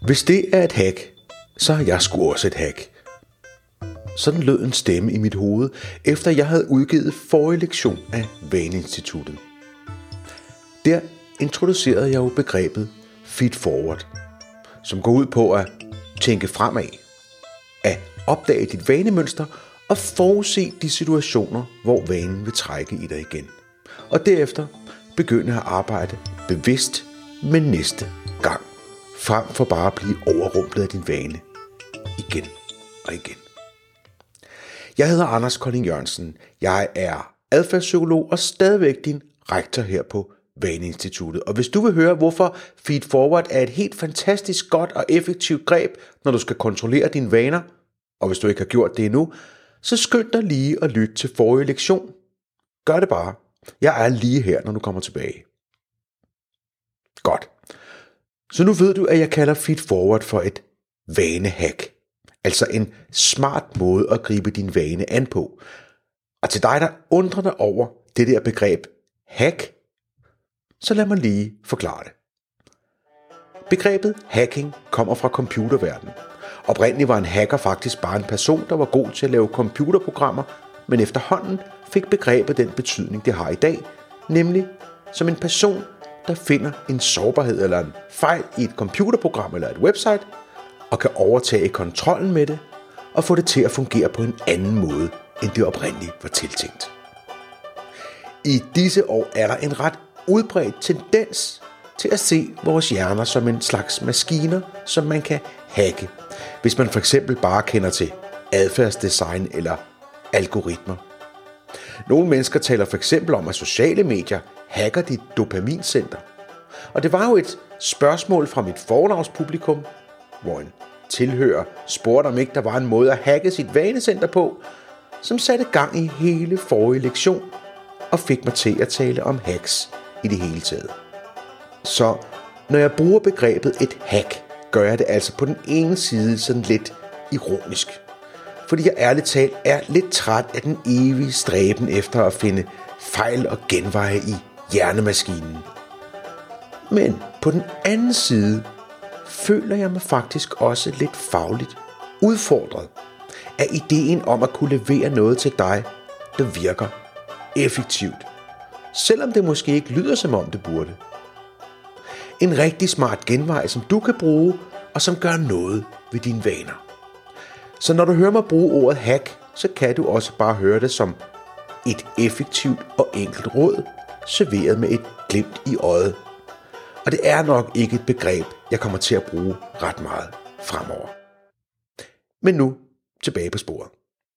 Hvis det er et hack, så har jeg sgu også et hack. Sådan lød en stemme i mit hoved, efter jeg havde udgivet forrige lektion af Vaneinstituttet. Der introducerede jeg jo begrebet feed forward, som går ud på at tænke fremad, at opdage dit vanemønster og forudse de situationer, hvor vanen vil trække i dig igen. Og derefter begynde at arbejde bevidst med næste gang, frem for bare at blive overrumplet af din vane igen og igen. Jeg hedder Anders Kolding Jørgensen. Jeg er adfærdspsykolog og stadigvæk din rektor her på Vaneinstituttet. Og hvis du vil høre, hvorfor feed forward er et helt fantastisk godt og effektivt greb, når du skal kontrollere dine vaner, og hvis du ikke har gjort det endnu, så skynd dig lige at lytte til forrige lektion. Gør det bare. Jeg er lige her, når du kommer tilbage. Godt. Så nu ved du, at jeg kalder feed forward for et vanehack. Altså en smart måde at gribe din vane an på. Og til dig, der undrer dig over det der begreb hack, så lad mig lige forklare det. Begrebet hacking kommer fra computerverdenen. Oprindeligt var en hacker faktisk bare en person, der var god til at lave computerprogrammer, men efterhånden fik begrebet den betydning, det har i dag, nemlig som en person, der finder en sårbarhed eller en fejl i et computerprogram eller et website, og kan overtage kontrollen med det, og få det til at fungere på en anden måde, end det oprindeligt var tiltænkt. I disse år er der en ret udbredt tendens til at se vores hjerner som en slags maskiner, som man kan hacke, hvis man for eksempel bare kender til adfærdsdesign eller algoritmer. Nogle mennesker taler for eksempel om, at sociale medier hacker dit dopamincenter. Og det var jo et spørgsmål fra mit foredragspublikum, hvor en tilhører spurgte, om ikke der var en måde at hacke sit vanecenter på, som satte gang i hele forrige lektion og fik mig til at tale om hacks i det hele taget. Så når jeg bruger begrebet et hack, gør jeg det altså på den ene side sådan lidt ironisk. Fordi jeg ærligt talt er lidt træt af den evige stræben efter at finde fejl og genveje i hjernemaskinen. Men på den anden side føler jeg mig faktisk også lidt fagligt udfordret af ideen om at kunne levere noget til dig, der virker effektivt, selvom det måske ikke lyder som om det burde. En rigtig smart genvej, som du kan bruge, og som gør noget ved dine vaner. Så når du hører mig bruge ordet hack, så kan du også bare høre det som et effektivt og enkelt råd, serveret med et glimt i øjet. Og det er nok ikke et begreb, jeg kommer til at bruge ret meget fremover. Men nu tilbage på sporet.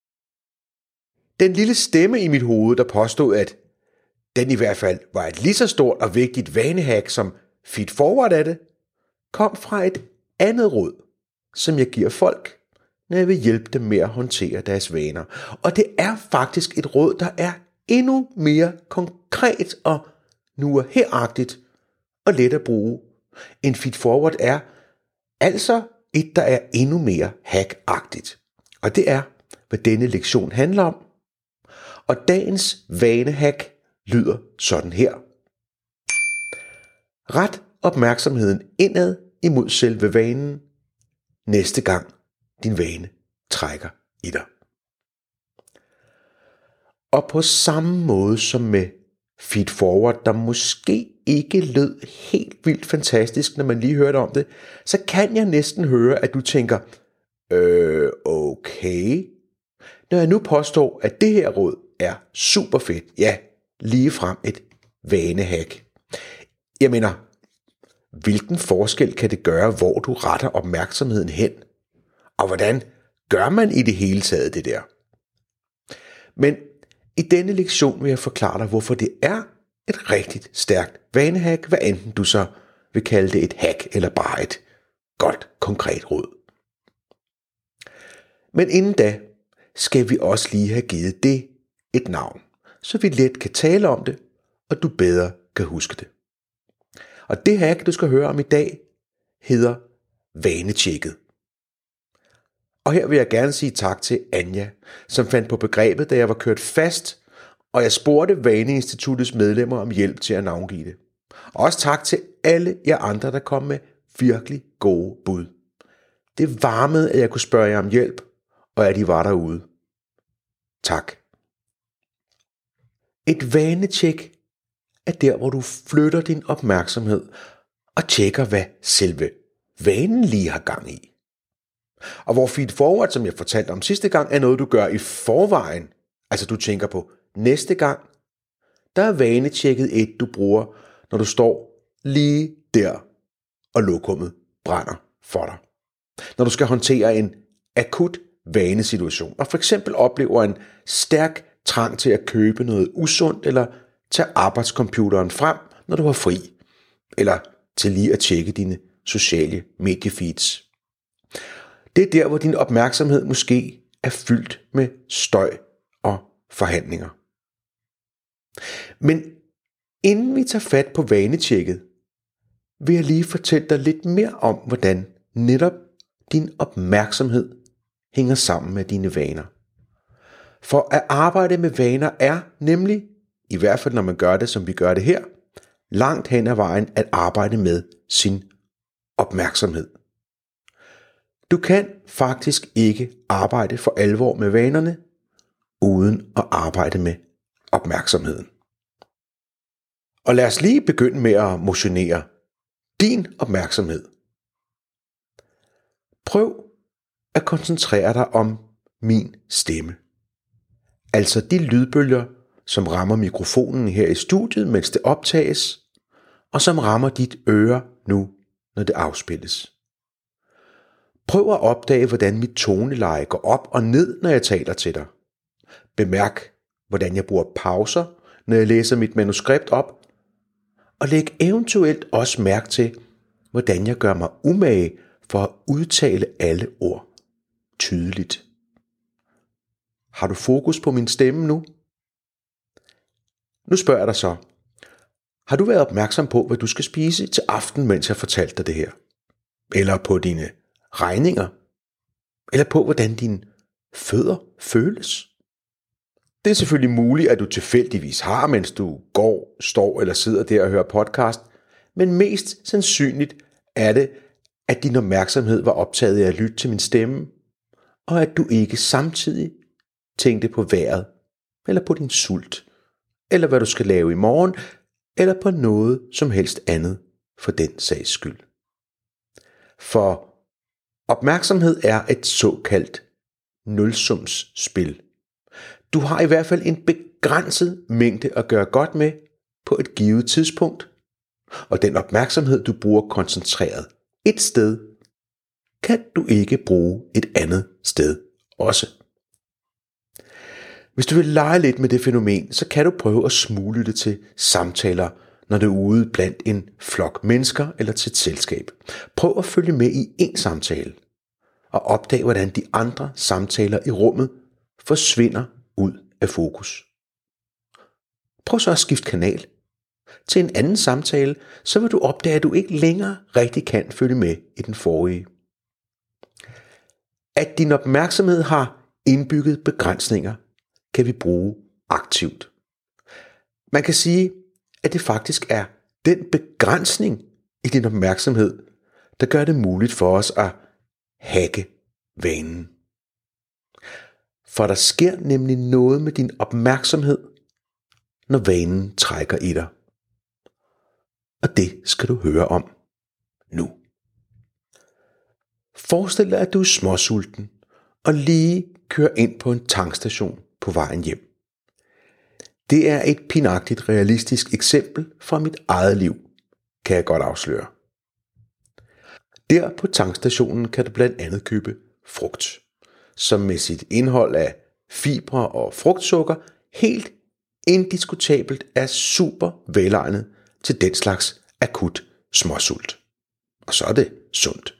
Den lille stemme i mit hoved, der påstod, at den i hvert fald var et lige så stort og vigtigt vanehack som feed forward af det, kom fra et andet råd, som jeg giver folk, når jeg vil hjælpe dem med at håndtere deres vaner. Og det er faktisk et råd, der er endnu mere konkret og nu og heragtigt og let at bruge. En feed forward er altså et, der er endnu mere hackagtigt. Og det er, hvad denne lektion handler om. Og dagens vanehack lyder sådan her. Ret opmærksomheden indad imod selve vanen, næste gang din vane trækker i dig. Og på samme måde som med feed forward, der måske ikke lød helt vildt fantastisk, når man lige hørte om det, så kan jeg næsten høre, at du tænker, okay. Når jeg nu påstår, at det her råd er super fedt, ja, ligefrem et vanehack. Jeg mener, hvilken forskel kan det gøre, hvor du retter opmærksomheden hen? Og hvordan gør man i det hele taget det der? Men i denne lektion vil jeg forklare dig, hvorfor det er et rigtigt stærkt vanehack, hvad enten du så vil kalde det et hack eller bare et godt, konkret råd. Men inden da skal vi også lige have givet det et navn, så vi let kan tale om det, og du bedre kan huske det. Og det hack, du skal høre om i dag, hedder vanetjekket. Og her vil jeg gerne sige tak til Anja, som fandt på begrebet, da jeg var kørt fast, og jeg spurgte Vaneinstituttets medlemmer om hjælp til at navngive det. Og også tak til alle jer andre, der kom med virkelig gode bud Det varmede, at jeg kunne spørge jer om hjælp, og at I var derude. Tak. Et vanetjek er der, hvor du flytter din opmærksomhed og tjekker, hvad selve vanen lige har gang i. Og hvor feed forward, som jeg fortalte om sidste gang, er noget, du gør i forvejen. Altså du tænker på næste gang. Der er vanetjekket et, du bruger, når du står lige der, og lokummet brænder for dig. Når du skal håndtere en akut vanesituation, og for eksempel oplever en stærk trang til at købe noget usundt, eller tage arbejdscomputeren frem, når du har fri, eller til lige at tjekke dine sociale mediefeeds. Det er der, hvor din opmærksomhed måske er fyldt med støj og forhandlinger. Men inden vi tager fat på vanetjekket, vil jeg lige fortælle dig lidt mere om, hvordan netop din opmærksomhed hænger sammen med dine vaner. For at arbejde med vaner er nemlig, i hvert fald når man gør det, som vi gør det her, langt hen ad vejen at arbejde med sin opmærksomhed. Du kan faktisk ikke arbejde for alvor med vanerne, uden at arbejde med opmærksomheden. Og lad os lige begynde med at motionere din opmærksomhed. Prøv at koncentrere dig om min stemme. Altså de lydbølger, som rammer mikrofonen her i studiet, mens det optages, og som rammer dit øre nu, når det afspilles. Prøv at opdage, hvordan mit toneleje går op og ned, når jeg taler til dig. Bemærk, hvordan jeg bruger pauser, når jeg læser mit manuskript op, og læg eventuelt også mærke til, hvordan jeg gør mig umage for at udtale alle ord tydeligt. Har du fokus på min stemme nu? Nu spørger jeg dig så, har du været opmærksom på, hvad du skal spise til aften, mens jeg fortalte dig det her? Eller på dine regninger? Eller på, hvordan dine fødder føles? Det er selvfølgelig muligt, at du tilfældigvis har, mens du går, står eller sidder der og hører podcast, men mest sandsynligt er det, at din opmærksomhed var optaget af at lytte til min stemme, og at du ikke samtidig tænkte på vejret, eller på din sult, eller hvad du skal lave i morgen, eller på noget som helst andet for den sags skyld. For opmærksomhed er et såkaldt nulsumsspil. Du har i hvert fald en begrænset mængde at gøre godt med på et givet tidspunkt, og den opmærksomhed, du bruger koncentreret et sted, kan du ikke bruge et andet sted også. Hvis du vil lege lidt med det fænomen, så kan du prøve at smuglytte til samtaler, når du er ude blandt en flok mennesker eller til et selskab. Prøv at følge med i en samtale, og opdag, hvordan de andre samtaler i rummet forsvinder ud af fokus. Prøv så at skifte kanal til en anden samtale, så vil du opdage, at du ikke længere rigtig kan følge med i den forrige. At din opmærksomhed har indbygget begrænsninger, kan vi bruge aktivt. Man kan sige, at det faktisk er den begrænsning i din opmærksomhed, der gør det muligt for os at hacke vanen. For der sker nemlig noget med din opmærksomhed, når vanen trækker i dig. Og det skal du høre om nu. Forestil dig, at du er småsulten og lige kører ind på en tankstation på vejen hjem. Det er et pinagtigt realistisk eksempel fra mit eget liv, kan jeg godt afsløre. Der på tankstationen kan du blandt andet købe frugt, som med sit indhold af fibre og frugtsukker helt indiskutabelt er super velegnet til den slags akut småsult. Og så er det sundt.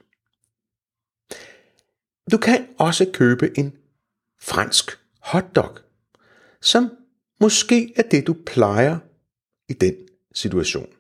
Du kan også købe en fransk hotdog, som måske er det, du plejer i den situation.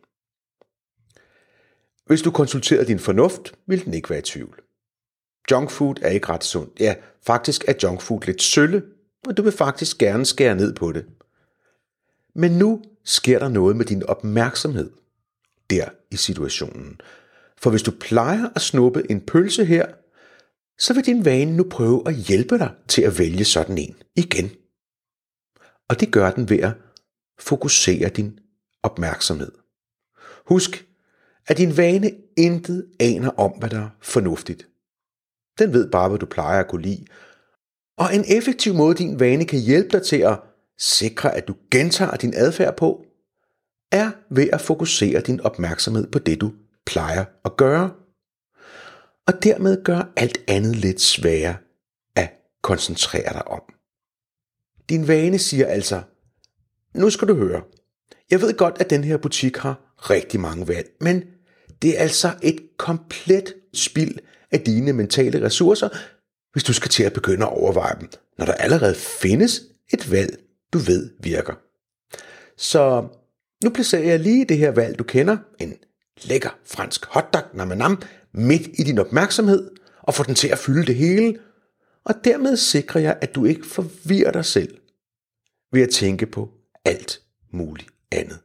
Hvis du konsulterer din fornuft, vil den ikke være i tvivl. Junkfood er ikke ret sundt. Ja, faktisk er junkfood lidt sølle, og du vil faktisk gerne skære ned på det. Men nu sker der noget med din opmærksomhed der i situationen. For hvis du plejer at snuppe en pølse her, så vil din vane nu prøve at hjælpe dig til at vælge sådan en igen. Og det gør den ved at fokusere din opmærksomhed. Husk, at din vane intet aner om, hvad der er fornuftigt. Den ved bare, hvad du plejer at kunne lide. Og en effektiv måde, din vane kan hjælpe dig til at sikre, at du gentager din adfærd på, er ved at fokusere din opmærksomhed på det, du plejer at gøre. Og dermed gøre alt andet lidt sværere at koncentrere dig om. Din vane siger altså, nu skal du høre, jeg ved godt, at den her butik har rigtig mange valg, men det er altså et komplet spild af dine mentale ressourcer, hvis du skal til at begynde at overveje dem, når der allerede findes et valg, du ved virker. Så nu placerer jeg lige det her valg, du kender, en lækker fransk hotdog, nam, midt i din opmærksomhed, og får den til at fylde det hele, og dermed sikrer jeg, at du ikke forvirrer dig selv ved at tænke på alt muligt andet.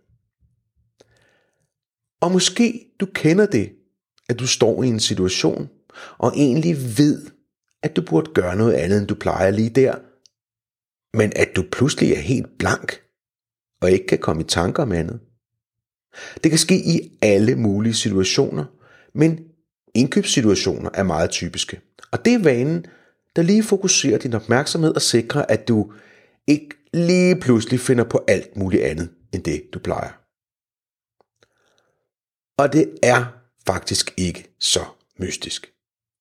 Og måske du kender det, at du står i en situation, og egentlig ved, at du burde gøre noget andet, end du plejer lige der, men at du pludselig er helt blank, og ikke kan komme i tanker om andet. Det kan ske i alle mulige situationer, men indkøbssituationer er meget typiske. Og det er vanen, der lige fokuserer din opmærksomhed og sikrer, at du ikke lige pludselig finder på alt muligt andet, end det du plejer. Og det er faktisk ikke så mystisk.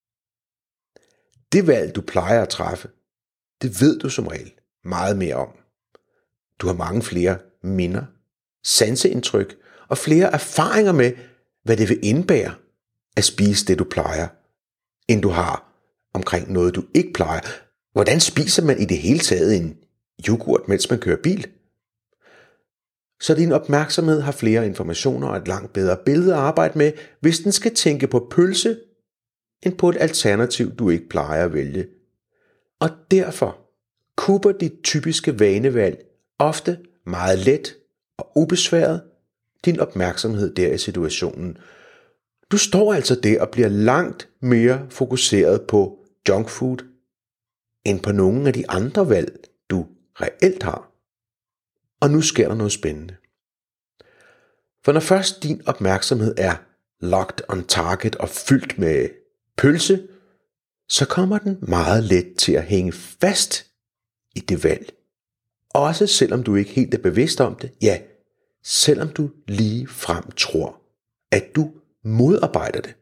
Det valg, du plejer at træffe, det ved du som regel meget mere om. Du har mange flere minder, sanseindtryk og flere erfaringer med, hvad det vil indebære at spise det, du plejer, end du har omkring noget, du ikke plejer. Hvordan spiser man i det hele taget en yoghurt, mens man kører bil? Så din opmærksomhed har flere informationer og et langt bedre billede at arbejde med, hvis den skal tænke på pølse, end på et alternativ, du ikke plejer at vælge. Og derfor kupper dit typiske vanevalg ofte meget let og ubesværet din opmærksomhed der i situationen. Du står altså der og bliver langt mere fokuseret på junkfood, end på nogle af de andre valg, du reelt har. Og nu sker der noget spændende. For når først din opmærksomhed er locked on target og fyldt med pølse, så kommer den meget let til at hænge fast i det valg. Også selvom du ikke helt er bevidst om det, ja, selvom du lige frem tror, at du modarbejder det.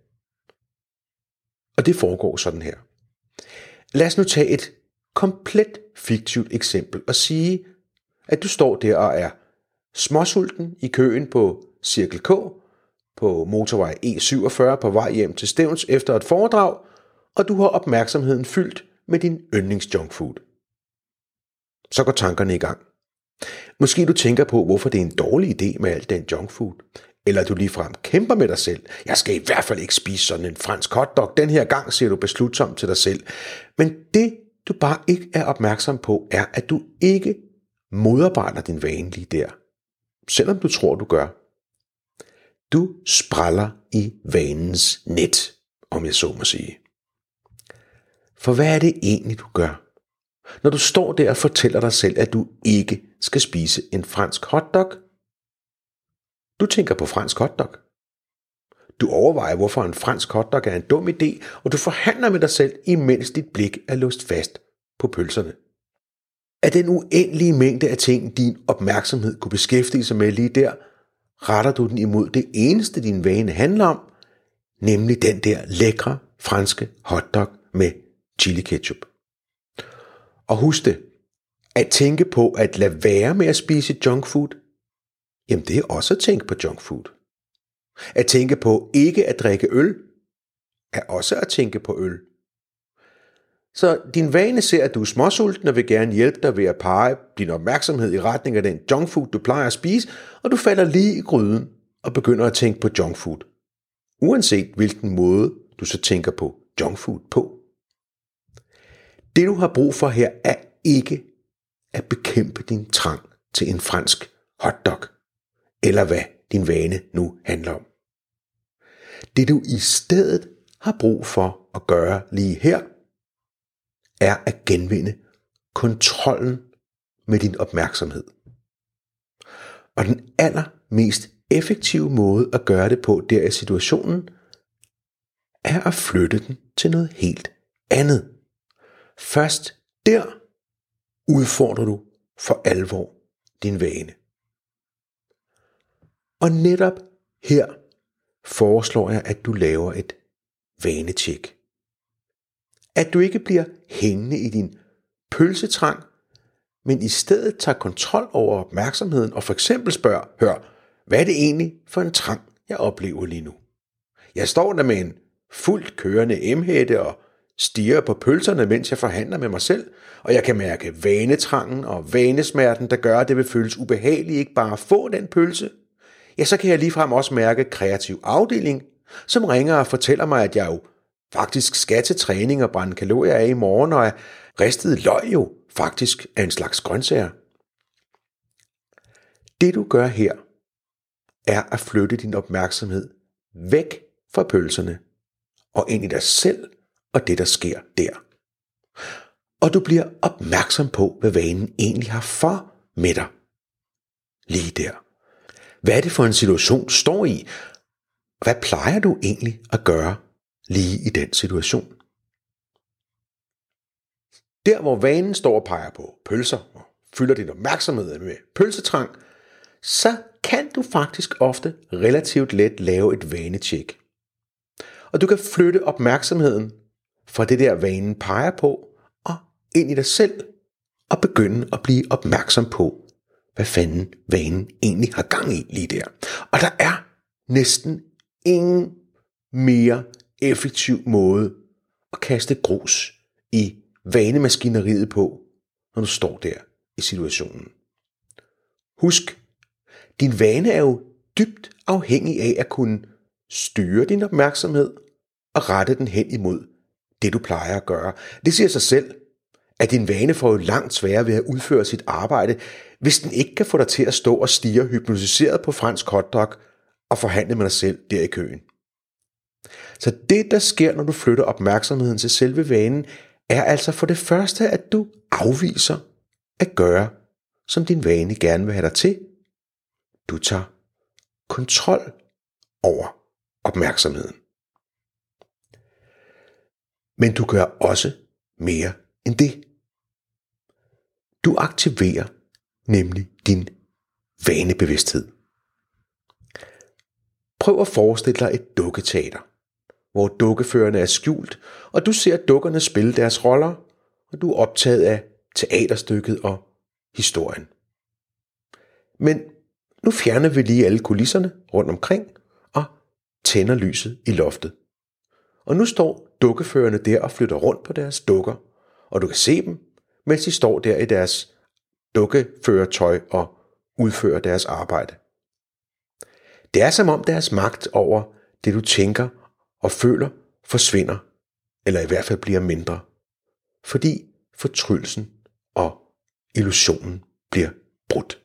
Og det foregår sådan her. Lad os nu tage et komplet fiktivt eksempel og sige, at du står der og er småsulten i køen på Cirkel K på motorvej E47 på vej hjem til Stevns efter et foredrag, og du har opmærksomheden fyldt med din yndlingsjunkfood. Så går tankerne i gang. Måske du tænker på, hvorfor det er en dårlig idé med alt den junkfood, eller du ligefrem kæmper med dig selv. Jeg skal i hvert fald ikke spise sådan en fransk hotdog. Den her gang siger du beslutsomt til dig selv. Men det du bare ikke er opmærksom på, er at du ikke modarbejder din vane lige der, selvom du tror du gør. Du spræller i vanens net, om jeg så må sige. For hvad er det egentlig du gør, når du står der og fortæller dig selv, at du ikke skal spise en fransk hotdog? Du tænker på fransk hotdog. Du overvejer, hvorfor en fransk hotdog er en dum idé, og du forhandler med dig selv, imens dit blik er låst fast på pølserne. Af den uendelige mængde af ting, din opmærksomhed kunne beskæftige sig med lige der, retter du den imod det eneste, din vane handler om, nemlig den der lækre franske hotdog med chili ketchup. Og husk det, at tænke på at lade være med at spise junkfood, jamen det er også at tænke på junkfood. At tænke på ikke at drikke øl, er også at tænke på øl. Så din vane ser, at du er småsulten og vil gerne hjælpe dig ved at pege din opmærksomhed i retning af den junkfood, du plejer at spise, og du falder lige i gryden og begynder at tænke på junkfood. Uanset hvilken måde du så tænker på junkfood på. Det du har brug for her er ikke at bekæmpe din trang til en fransk hotdog, eller hvad din vane nu handler om. Det du i stedet har brug for at gøre lige her, er at genvinde kontrollen med din opmærksomhed. Og den allermest effektive måde at gøre det på der i situationen, er at flytte den til noget helt andet. Først der udfordrer du for alvor din vane. Og netop her foreslår jeg, at du laver et vanetjek. At du ikke bliver hængende i din pølsetrang, men i stedet tager kontrol over opmærksomheden og for eksempel spørger, hør, hvad er det egentlig for en trang, jeg oplever lige nu? Jeg står der med en fuldt kørende M-hætte og stirrer på pølserne, mens jeg forhandler med mig selv, og jeg kan mærke vanetrangen og vanesmerten, der gør, at det vil føles ubehageligt ikke bare at få den pølse. Ja, så kan jeg ligefrem også mærke kreativ afdeling, som ringer og fortæller mig, at jeg jo faktisk skal til træning og brænde kalorier af i morgen, og at ristet løg jo faktisk er en slags grøntsager. Det du gør her, er at flytte din opmærksomhed væk fra pølserne og ind i dig selv og det, der sker der. Og du bliver opmærksom på, hvad vanen egentlig har for med dig lige der. Hvad er det for en situation, du står i? Hvad plejer du egentlig at gøre lige i den situation? Der, hvor vanen står og peger på pølser og fylder din opmærksomhed med pølsetrang, så kan du faktisk ofte relativt let lave et vanetjek. Og du kan flytte opmærksomheden fra det der vanen peger på og ind i dig selv og begynde at blive opmærksom på, hvad fanden vanen egentlig har gang i lige der. Og der er næsten ingen mere effektiv måde at kaste grus i vanemaskineriet på, når du står der i situationen. Husk, din vane er jo dybt afhængig af at kunne styre din opmærksomhed og rette den hen imod det, du plejer at gøre. Det siger sig selv, at din vane får jo langt sværere ved at udføre sit arbejde, hvis den ikke kan få dig til at stå og stirre hypnotiseret på fransk hotdog og forhandle med dig selv der i køen. Så det, der sker, når du flytter opmærksomheden til selve vanen, er altså for det første, at du afviser at gøre, som din vane gerne vil have dig til. Du tager kontrol over opmærksomheden. Men du gør også mere end det. Du aktiverer nemlig din vanebevidsthed. Prøv at forestille dig et dukketeater, hvor dukkeførerne er skjult, og du ser dukkerne spille deres roller, og du er optaget af teaterstykket og historien. Men nu fjerner vi lige alle kulisserne rundt omkring og tænder lyset i loftet. Og nu står dukkeførerne der og flytter rundt på deres dukker, og du kan se dem, mens de står der i deres dukkeførertøj og udfører deres arbejde. Det er som om deres magt over det du tænker og føler forsvinder, eller i hvert fald bliver mindre, fordi fortryllelsen og illusionen bliver brudt.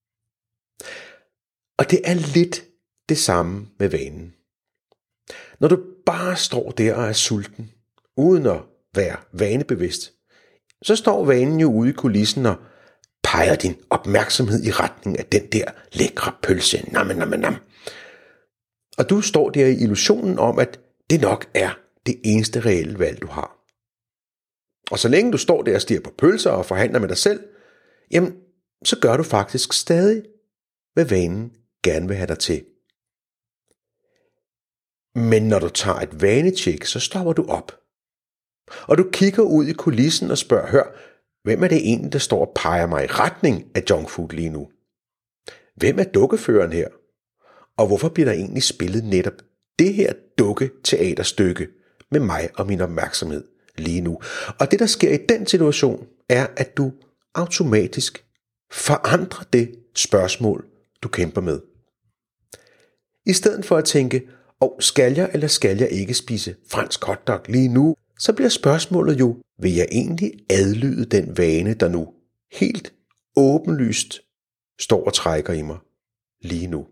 Og det er lidt det samme med vanen. Når du bare står der og er sulten, uden at være vanebevidst, så står vanen jo ude i kulissen og peger din opmærksomhed i retning af den der lækre pølse. Nam. Og du står der i illusionen om, at det nok er det eneste reelle valg, du har. Og så længe du står der og stirrer på pølser og forhandler med dig selv, jamen, så gør du faktisk stadig, hvad vanen gerne vil have dig til. Men når du tager et vanetjek, så stopper du op. Og du kigger ud i kulissen og spørger, hør, hvem er det egentlig, der står og peger mig i retning af junkfood lige nu? Hvem er dukkeføreren her? Og hvorfor bliver der egentlig spillet netop det her dukketeaterstykke med mig og min opmærksomhed lige nu? Og det, der sker i den situation, er, at du automatisk forandrer det spørgsmål, du kæmper med. I stedet for at tænke, skal jeg eller skal jeg ikke spise fransk hotdog lige nu, så bliver spørgsmålet jo, vil jeg egentlig adlyde den vane, der nu helt åbenlyst står og trækker i mig lige nu.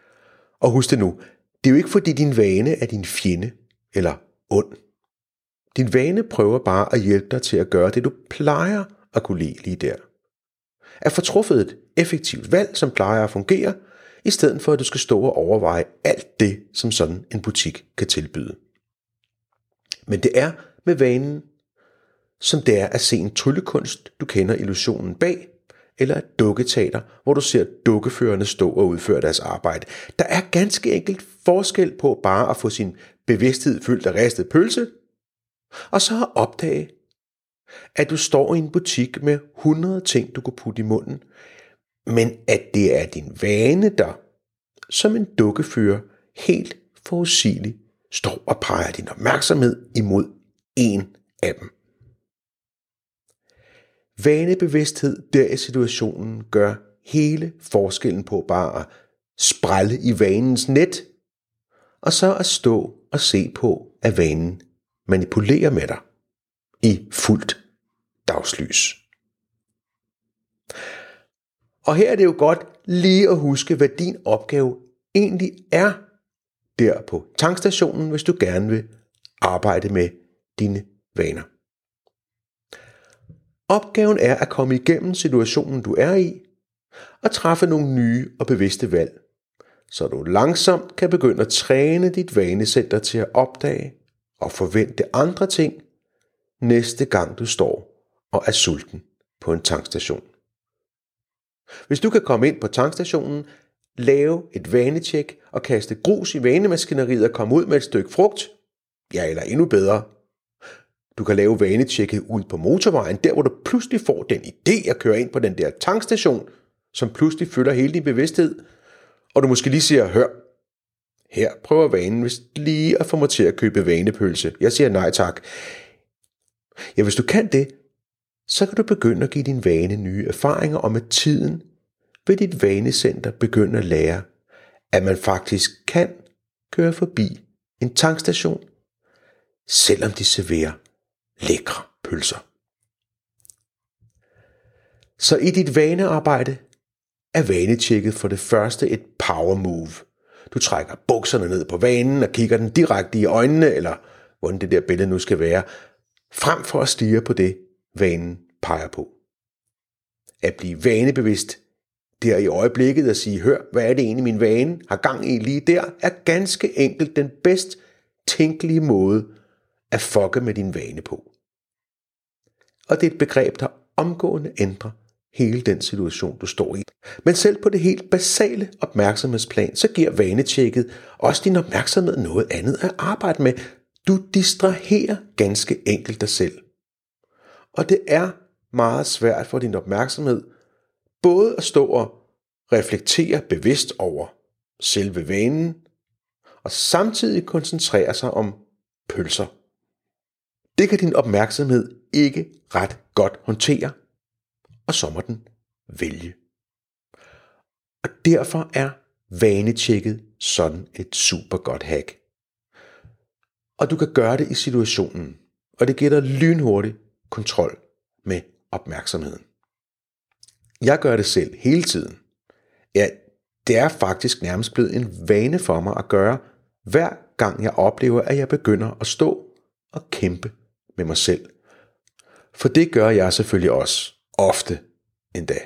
Og husk det nu, det er jo ikke fordi din vane er din fjende eller ond. Din vane prøver bare at hjælpe dig til at gøre det, du plejer at kunne lide lige der. At få truffet et effektivt valg, som plejer at fungere, i stedet for at du skal stå og overveje alt det, som sådan en butik kan tilbyde. Men det er med vanen, som det er at se en tryllekunst, du kender illusionen bag, eller et dukketeater, hvor du ser dukkeførerne stå og udføre deres arbejde. Der er ganske enkelt forskel på bare at få sin bevidsthed fyldt af ristet pølse, og så at opdage, at du står i en butik med 100 ting, du kan putte i munden, men at det er din vane, der som en dukkefører helt forudsigeligt står og peger din opmærksomhed imod en af dem. Vanebevidsthed der i situationen gør hele forskellen på bare at sprælle i vanens net, og så at stå og se på, at vanen manipulerer med dig i fuldt dagslys. Og her er det jo godt lige at huske, hvad din opgave egentlig er der på tankstationen, hvis du gerne vil arbejde med dine vaner. Opgaven er at komme igennem situationen, du er i, og træffe nogle nye og bevidste valg, så du langsomt kan begynde at træne dit vanecenter til at opdage og forvente andre ting, næste gang du står og er sulten på en tankstation. Hvis du kan komme ind på tankstationen, lave et vanetjek og kaste grus i vanemaskineriet og komme ud med et stykke frugt, ja, eller endnu bedre, du kan lave vanetjekket ud på motorvejen, der hvor du pludselig får den idé at køre ind på den der tankstation, som pludselig fylder hele din bevidsthed, og du måske lige siger, hør, her prøver vanen vist lige at få mig til at købe vanepølse. Jeg siger nej tak. Ja, hvis du kan det, så kan du begynde at give din vane nye erfaringer, og med tiden vil dit vanecenter begynde at lære, at man faktisk kan køre forbi en tankstation, selvom de serverer lækre pølser. Så i dit vanearbejde er vanetjekket for det første et power move. Du trækker bukserne ned på vanen og kigger den direkte i øjnene, eller hvordan det der billede nu skal være, frem for at stirre på det, vanen peger på. At blive vanebevidst der i øjeblikket og sige, hør, hvad er det egentlig min vane har gang i lige der, er ganske enkelt den bedst tænkelige måde at fucke med din vane på. Og det er et begreb, der omgående ændrer hele den situation, du står i. Men selv på det helt basale opmærksomhedsplan, så giver vanetjekket også din opmærksomhed noget andet at arbejde med. Du distraherer ganske enkelt dig selv. Og det er meget svært for din opmærksomhed både at stå og reflektere bevidst over selve vanen, og samtidig koncentrere sig om pølser. Det kan din opmærksomhed ikke ret godt håndtere, og så må den vælge. Og derfor er vanetjekket sådan et super godt hack. Og du kan gøre det i situationen, og det giver dig lynhurtig kontrol med opmærksomheden. Jeg gør det selv hele tiden. Ja, det er faktisk nærmest blevet en vane for mig at gøre, hver gang jeg oplever, at jeg begynder at stå og kæmpe med mig selv. For det gør jeg selvfølgelig også, ofte endda.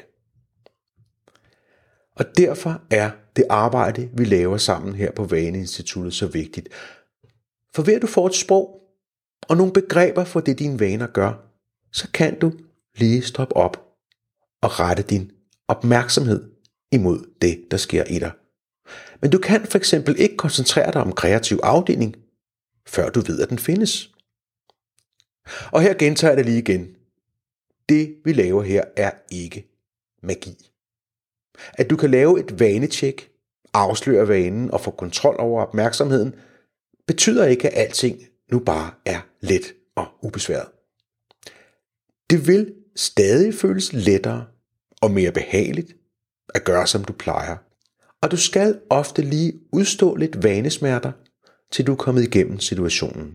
Og derfor er det arbejde, vi laver sammen her på Vaneinstituttet, så vigtigt. For ved at du får et sprog og nogle begreber for det, dine vaner gør, så kan du lige stoppe op og rette din opmærksomhed imod det, der sker i dig. Men du kan for eksempel ikke koncentrere dig om kreativ afdeling, før du ved, at den findes. Og her gentager jeg det lige igen. Det, vi laver her, er ikke magi. At du kan lave et vanetjek, afsløre vanen og få kontrol over opmærksomheden, betyder ikke, at alting nu bare er let og ubesværet. Det vil stadig føles lettere og mere behageligt at gøre, som du plejer. Og du skal ofte lige udstå lidt vanesmerter, til du er kommet igennem situationen.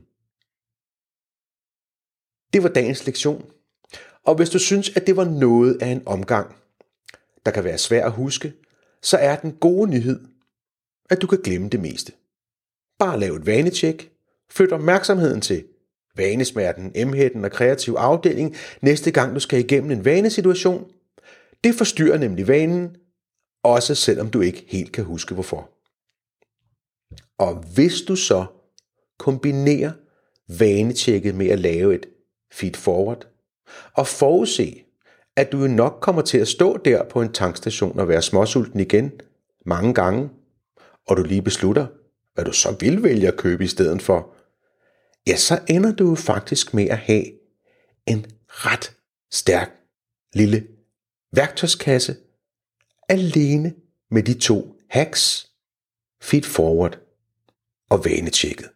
Det var dagens lektion. Og hvis du synes, at det var noget af en omgang, der kan være svær at huske, så er den gode nyhed, at du kan glemme det meste. Bare lav et vanetjek, flyt opmærksomheden til vanesmerten, emhætten og kreativ afdeling næste gang du skal igennem en vanesituation. Det forstyrrer nemlig vanen, også selvom du ikke helt kan huske hvorfor. Og hvis du så kombinerer vanetjekket med at lave et feed forward, og forudse, at du nok kommer til at stå der på en tankstation og være småsulten igen mange gange, og du lige beslutter, hvad du så vil vælge at købe i stedet for, ja, så ender du faktisk med at have en ret stærk lille værktøjskasse alene med de 2 hacks, feed forward og vanetjekket.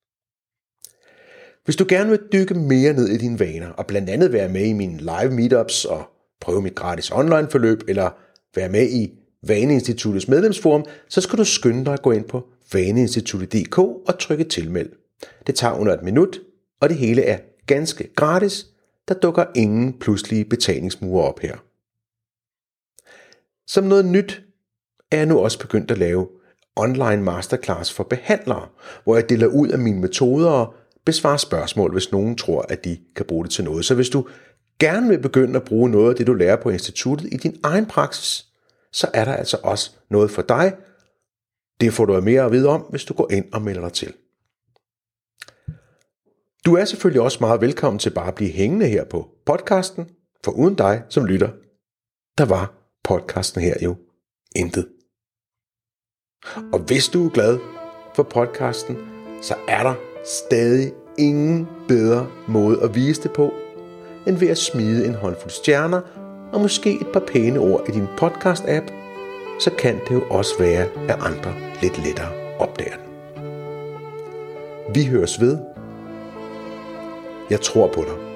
Hvis du gerne vil dykke mere ned i dine vaner, og blandt andet være med i mine live meetups og prøve mit gratis online forløb, eller være med i Vaneinstituttets medlemsforum, så skal du skynde dig at gå ind på vaneinstituttet.dk og trykke tilmeld. Det tager under 1 minut, og det hele er ganske gratis. Der dukker ingen pludselige betalingsmure op her. Som noget nyt er jeg nu også begyndt at lave online masterclass for behandlere, hvor jeg deler ud af mine metoder og besvarer spørgsmål, hvis nogen tror, at de kan bruge det til noget. Så hvis du gerne vil begynde at bruge noget af det, du lærer på instituttet i din egen praksis, så er der altså også noget for dig. Det får du mere at vide om, hvis du går ind og melder dig til. Du er selvfølgelig også meget velkommen til bare at blive hængende her på podcasten, for uden dig som lytter, der var podcasten her jo intet. Og hvis du er glad for podcasten, så er der stadig ingen bedre måde at vise det på, end ved at smide en håndfuld stjerner og måske et par pæne ord i din podcast-app, så kan det jo også være, at andre lidt lettere opdager den. Vi høres ved. Jeg tror på dig.